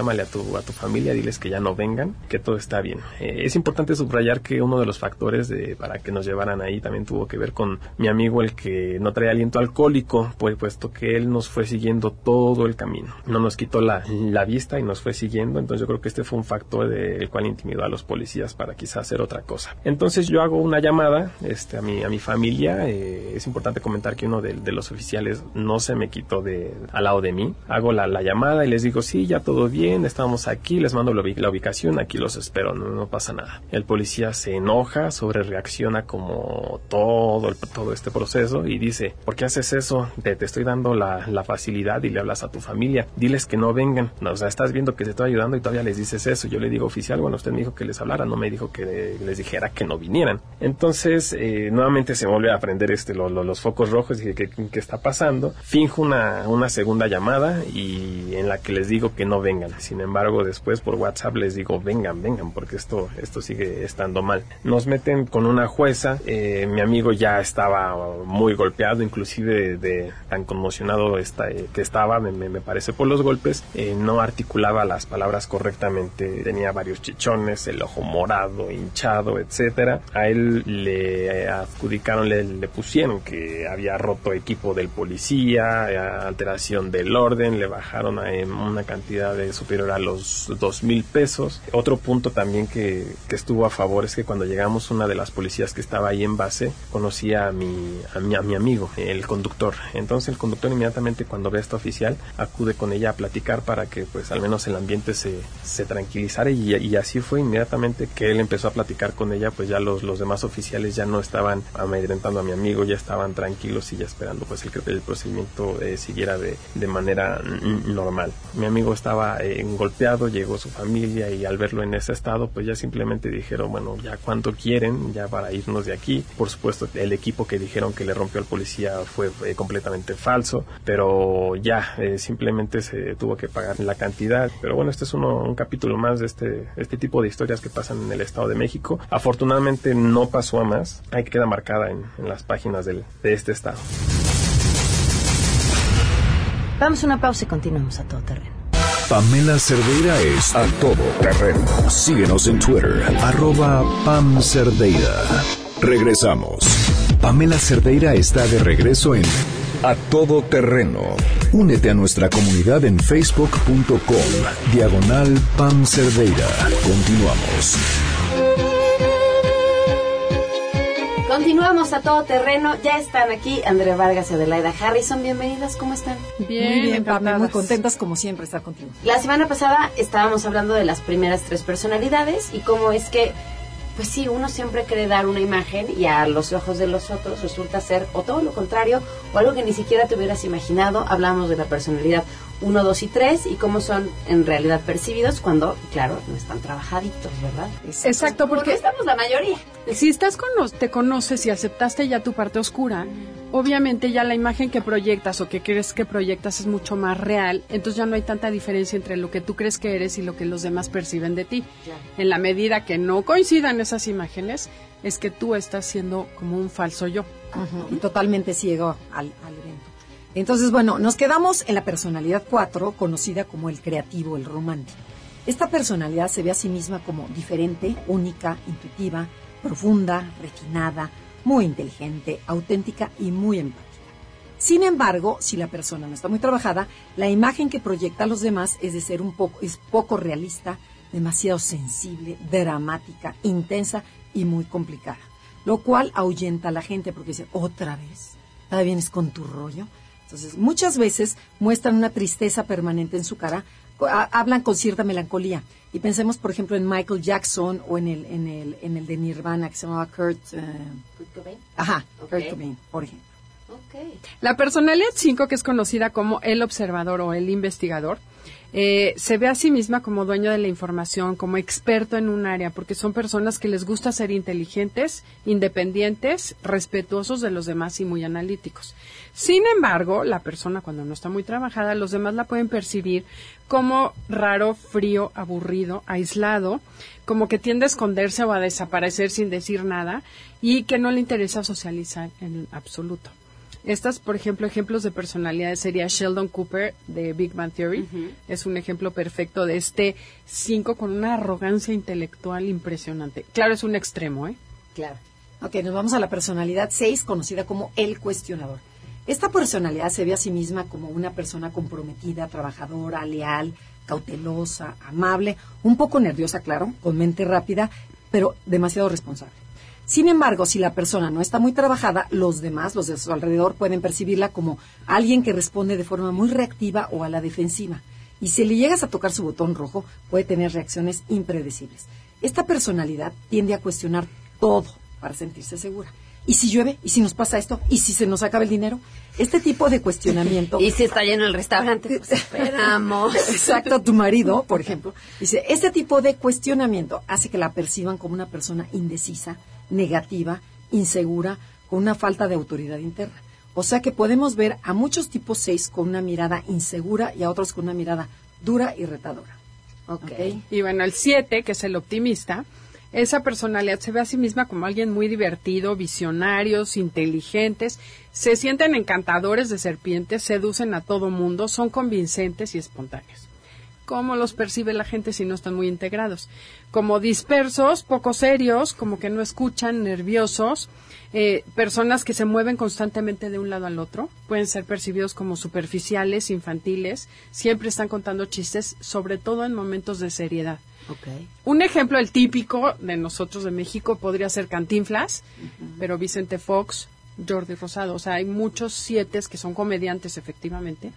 tu, a tu familia, diles que ya no vengan, que todo está bien. Eh, es importante subrayar que uno de los factores de, para que nos llevaran ahí también tuvo que ver con mi amigo, el que no traía aliento alcohólico, pues puesto que él nos fue siguiendo todo el camino. No nos quitó la, la vista y nos fue siguiendo, entonces yo creo que este fue un factor del cual intimidó a los policías para quizás hacer otra cosa. Entonces yo hago una llamada este, a, mi, a mi familia. Eh, es importante comentar que uno de, de los oficiales no se me quitó de, al lado de mí. Hago la, la llamada y les digo, sí, ya todo bien, estamos aquí, les mando la, la ubicación, aquí los espero, no, no pasa nada. El policía se enoja, sobre reacciona como todo, el, todo este proceso y dice, ¿por qué haces eso? Te, te estoy dando la, la facilidad y le hablas a tu familia, diles que no vengan. No, o sea, estás viendo que te estoy ayudando y todavía les dices eso. Yo le digo, oficial, bueno, usted me dijo que les hablara, no me dijo que les dijera que no vinieran. Entonces, eh, nuevamente se me vuelve a prender este, lo, lo, los focos rojos y dije, ¿qué, qué está pasando? Finjo una, una segunda llamada y en la que les digo que no vengan. Sin embargo, después por WhatsApp les digo, vengan, vengan, porque esto, esto sigue estando mal. Nos meten con una jueza, eh, mi amigo ya estaba muy golpeado, inclusive de, de tan conmocionado esta, eh, que estaba, me, me parece, por los golpes, eh, no articulaba las palabras correctamente, tenía varios chichones, el ojo morado, hinchado, etcétera. A él le adjudicaron, le, le pusieron que había roto equipo del policía, alteración del orden, le bajaron a una cantidad de superior a los dos mil pesos. Otro punto también que, que estuvo a favor es que cuando llegamos, una de las policías que estaba ahí en base conocía a mi, a mi, a mi amigo, el conductor. Entonces el conductor inmediatamente, cuando ve a esta oficial, acude con ella a platicar para que pues al menos el ambiente se, se tranquilizara y, y así fue. Inmediatamente que él empezó a platicar con ella, pues ya los, los demás oficiales ya no estaban amedrentando a mi amigo, ya estaban tranquilos y ya esperando pues el que el procedimiento eh, siguiera de, de manera n- normal. Mi amigo estaba eh, golpeado, llegó su familia y al verlo en ese estado pues ya simplemente dijeron, bueno, ya cuánto quieren ya para irnos de aquí. Por supuesto, el equipo que dijeron que le rompió al policía fue eh, completamente falso, pero ya eh, simplemente se tuvo que pagar la cantidad. Pero bueno, este es uno, un capítulo más de este, este tipo de historias que pasan en el Estado de México. Afortunadamente no pasó a más, ahí queda marcada en, en las páginas del, de este estado. Damos una pausa y continuamos a todo terreno. Pamela Cerdeira es a todo terreno. Síguenos en Twitter, arroba Pam Cerdeira. Regresamos. Pamela Cerdeira está de regreso en A Todo Terreno. Únete a nuestra comunidad en facebook punto com, diagonal Pam Cerdeira. Continuamos. Continuamos a todo terreno. Ya están aquí Andrea Vargas y Adelaida Harrison. Bienvenidas, ¿cómo están? Bien, muy bien, Pame, muy contentas como siempre estar contigo. La semana pasada estábamos hablando de las primeras tres personalidades y cómo es que, pues sí, uno siempre quiere dar una imagen y a los ojos de los otros resulta ser o todo lo contrario o algo que ni siquiera te hubieras imaginado. Hablamos de la personalidad uno, dos y tres y cómo son en realidad percibidos cuando, claro, no están trabajaditos, ¿verdad? Exacto, porque, porque estamos la mayoría. Si estás con los, te conoces y aceptaste ya tu parte oscura, obviamente ya la imagen que proyectas o que crees que proyectas es mucho más real, entonces ya no hay tanta diferencia entre lo que tú crees que eres y lo que los demás perciben de ti. Claro. En la medida que no coincidan esas imágenes, es que tú estás siendo como un falso yo. Uh-huh. Y totalmente ciego al, al evento. Entonces, bueno, nos quedamos en la personalidad cuatro, conocida como el creativo, el romántico. Esta personalidad se ve a sí misma como diferente, única, intuitiva, profunda, refinada, muy inteligente, auténtica y muy empática. Sin embargo, si la persona no está muy trabajada, la imagen que proyecta a los demás es de ser un poco, es poco realista, demasiado sensible, dramática, intensa y muy complicada. Lo cual ahuyenta a la gente porque dice, ¿otra vez? ¿Todavía vienes con tu rollo? Entonces, muchas veces muestran una tristeza permanente en su cara, hablan con cierta melancolía. Y pensemos, por ejemplo, en Michael Jackson o en el en el en el de Nirvana que se llamaba Kurt. Uh, ¿Kurt Cobain? Ajá, okay. Kurt Cobain, por ejemplo. Okay. La personalidad cinco, que es conocida como el observador o el investigador, eh, se ve a sí misma como dueño de la información, como experto en un área, porque son personas que les gusta ser inteligentes, independientes, respetuosos de los demás y muy analíticos. Sin embargo, la persona cuando no está muy trabajada, los demás la pueden percibir como raro, frío, aburrido, aislado, como que tiende a esconderse o a desaparecer sin decir nada y que no le interesa socializar en absoluto. Estas, por ejemplo, ejemplos de personalidades sería Sheldon Cooper de Big Bang Theory. Uh-huh. Es un ejemplo perfecto de este cinco con una arrogancia intelectual impresionante. Claro, es un extremo, ¿eh? Claro. Ok, nos vamos a la personalidad seis, conocida como el cuestionador. Esta personalidad se ve a sí misma como una persona comprometida, trabajadora, leal, cautelosa, amable, un poco nerviosa, claro, con mente rápida, pero demasiado responsable. Sin embargo, si la persona no está muy trabajada, los demás, los de su alrededor, pueden percibirla como alguien que responde de forma muy reactiva o a la defensiva. Y si le llegas a tocar su botón rojo, puede tener reacciones impredecibles. Esta personalidad tiende a cuestionar todo para sentirse segura. ¿Y si llueve? ¿Y si nos pasa esto? ¿Y si se nos acaba el dinero? Este tipo de cuestionamiento... ¿Y si está lleno el restaurante? Pues esperamos. Exacto, tu marido, por ejemplo. Dice, este tipo de cuestionamiento hace que la perciban como una persona indecisa, negativa, insegura, con una falta de autoridad interna. O sea que podemos ver a muchos tipos seis con una mirada insegura y a otros con una mirada dura y retadora. Okay. ¿Okay? Y bueno, el siete, que es el optimista... Esa personalidad se ve a sí misma como alguien muy divertido, visionarios, inteligentes, se sienten encantadores de serpientes, seducen a todo mundo, son convincentes y espontáneos. ¿Cómo los percibe la gente si no están muy integrados? Como dispersos, poco serios, como que no escuchan, nerviosos, eh, personas que se mueven constantemente de un lado al otro, pueden ser percibidos como superficiales, infantiles, siempre están contando chistes, sobre todo en momentos de seriedad. Okay. Un ejemplo, el típico de nosotros de México podría ser Cantinflas, uh-huh. pero Vicente Fox, Jordi Rosado, o sea, hay muchos sietes que son comediantes efectivamente.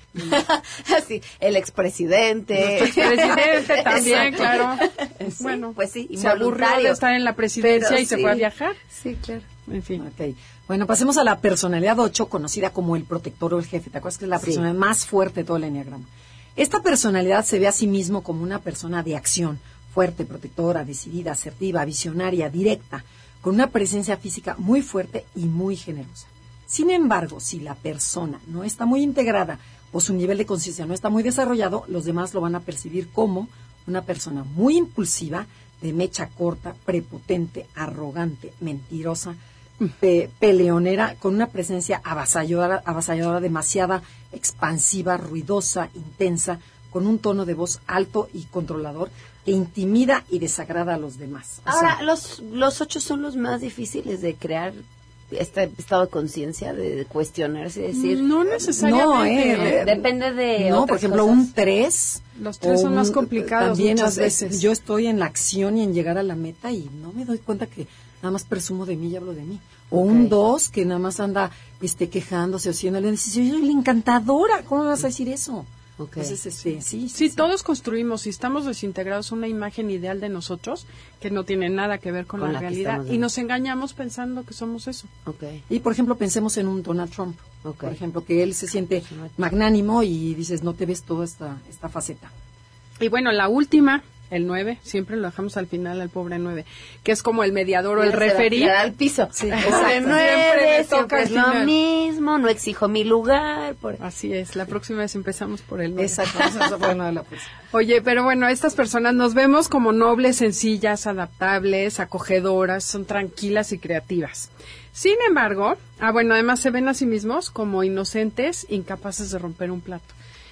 Sí, el expresidente. El expresidente también, claro. Sí, bueno, pues sí, se aburrió de estar en la presidencia pero y sí. se fue a viajar. Sí, claro. En fin. Okay. Bueno, pasemos a la personalidad ocho, conocida como el protector o el jefe. ¿Te acuerdas que es la sí. persona más fuerte de todo el enneagrama? Esta personalidad se ve a sí mismo como una persona de acción, fuerte, protectora, decidida, asertiva, visionaria, directa, con una presencia física muy fuerte y muy generosa. Sin embargo, si la persona no está muy integrada o su nivel de conciencia no está muy desarrollado, los demás lo van a percibir como una persona muy impulsiva, de mecha corta, prepotente, arrogante, mentirosa, Pe- peleonera, con una presencia avasalladora, avasalladora, demasiada expansiva, ruidosa, intensa, con un tono de voz alto y controlador que intimida y desagrada a los demás. O Ahora, sea, los los ocho son los más difíciles de crear este estado de conciencia, de cuestionarse y decir... No necesariamente. No, eh, depende de No, por ejemplo, cosas. un tres... Los tres son más complicados también muchas es, veces. Yo estoy en la acción y en llegar a la meta y no me doy cuenta que nada más presumo de mí y hablo de mí. O okay. un dos que nada más anda este, quejándose o haciéndole, dice, yo soy la encantadora, ¿cómo vas a decir eso? Okay. Entonces, este, sí, sí, sí, sí, todos construimos, si estamos desintegrados, una imagen ideal de nosotros que no tiene nada que ver con, con la, la realidad y nos engañamos pensando que somos eso. Okay. Y, por ejemplo, pensemos en un Donald Trump, okay. por ejemplo, que él se siente magnánimo y dices, no te ves toda esta, esta faceta. Y bueno, la última, el nueve, siempre lo dejamos al final al pobre nueve, que es como el mediador o el referí. Al piso. Sí, el nueve, siempre es lo mismo, no exijo mi lugar. Por... Así es, la próxima vez empezamos por el nueve. Exacto, vamos a por el nueve la próxima. Oye, pero bueno, estas personas nos vemos como nobles, sencillas, adaptables, acogedoras, son tranquilas y creativas. Sin embargo, ah bueno, además se ven a sí mismos como inocentes, incapaces de romper un plato.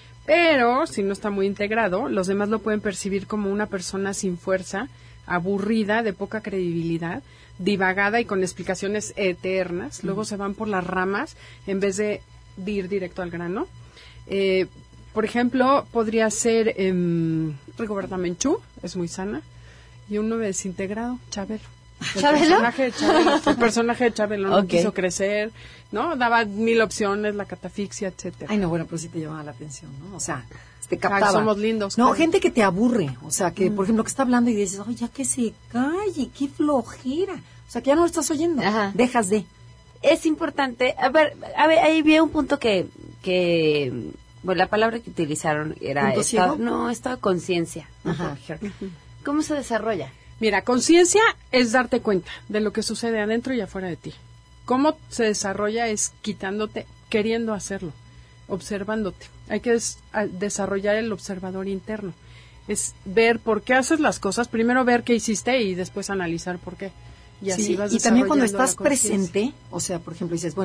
Pero, si no está muy integrado, los demás lo pueden percibir como una persona sin fuerza, aburrida, de poca credibilidad, divagada y con explicaciones eternas. Luego mm. se van por las ramas en vez de, de ir directo al grano. Eh, por ejemplo, podría ser eh, Rigoberta Menchú, es muy sana, y uno desintegrado, Chabelo. El ¿Chabelo? Personaje de Chabelo, el personaje de Chabelo no okay. quiso crecer, ¿no? Daba mil opciones, la catafixia, etcétera. Ay, no, bueno, pero sí te llamaba la atención, ¿no? O sea, te captaba. Ay, somos lindos. No, claro. gente que te aburre, o sea, que, mm. por ejemplo, que está hablando y dices, ay, ya que se calle, qué flojera. O sea, que ya no lo estás oyendo. Ajá. Dejas de. Es importante, a ver, a ver, ahí vi un punto que, que, bueno, la palabra que utilizaron era estado, no, estado de conciencia. Ajá. ¿Cómo se desarrolla? Mira, conciencia es darte cuenta de lo que sucede adentro y afuera de ti. Cómo se desarrolla es quitándote, queriendo hacerlo, observándote. Hay que des- desarrollar el observador interno. Es ver por qué haces las cosas, primero ver qué hiciste y después analizar por qué. Y así sí, vas y también cuando desarrollando estás presente, o sea, por ejemplo, dices, bueno,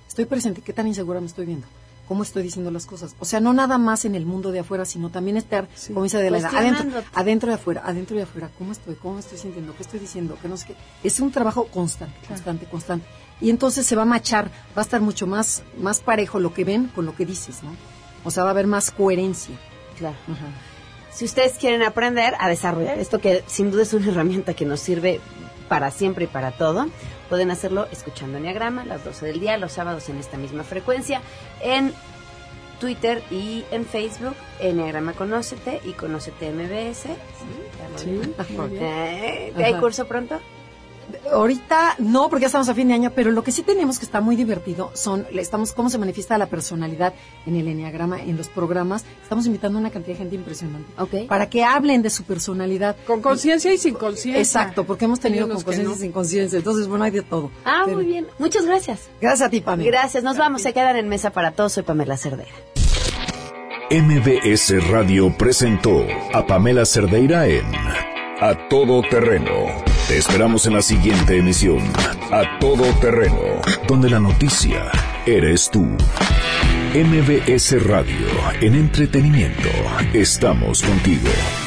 Estoy presente, ¿qué tan insegura me estoy viendo? ¿Cómo estoy diciendo las cosas? O sea, no nada más en el mundo de afuera, sino también estar, sí. como dice Adelaida, adentro, adentro y afuera, adentro y afuera. ¿Cómo estoy? ¿Cómo me estoy sintiendo? ¿Qué estoy diciendo? ¿Qué no sé qué? Es un trabajo constante, claro. constante, constante. Y entonces se va a machar, va a estar mucho más, más parejo lo que ven con lo que dices, ¿no? O sea, va a haber más coherencia. Claro. Ajá. Si ustedes quieren aprender a desarrollar esto, que sin duda es una herramienta que nos sirve para siempre y para todo, pueden hacerlo escuchando Enneagrama a las doce del día, los sábados en esta misma frecuencia, en Twitter y en Facebook, Enneagrama Conócete y Conócete M B S. ¿Sí? Sí, ¿Eh? ¿Hay curso pronto? Ahorita no, porque ya estamos a fin de año, pero lo que sí tenemos que está muy divertido son, estamos cómo se manifiesta la personalidad en el enneagrama, en los programas. Estamos invitando a una cantidad de gente impresionante, okay. para que hablen de su personalidad. Con conciencia y sin conciencia. Exacto, porque hemos tenido con conciencia no. y sin conciencia. Entonces, bueno, hay de todo. Ah, pero, muy bien. Muchas gracias. Gracias a ti, Pamela. Gracias. Nos vamos, se quedan en Mesa para Todos. Soy Pamela Cerdeira. M B S Radio presentó a Pamela Cerdeira en A Todo Terreno. Te esperamos en la siguiente emisión, A Todo Terreno, donde la noticia eres tú. M B S Radio, en entretenimiento, estamos contigo.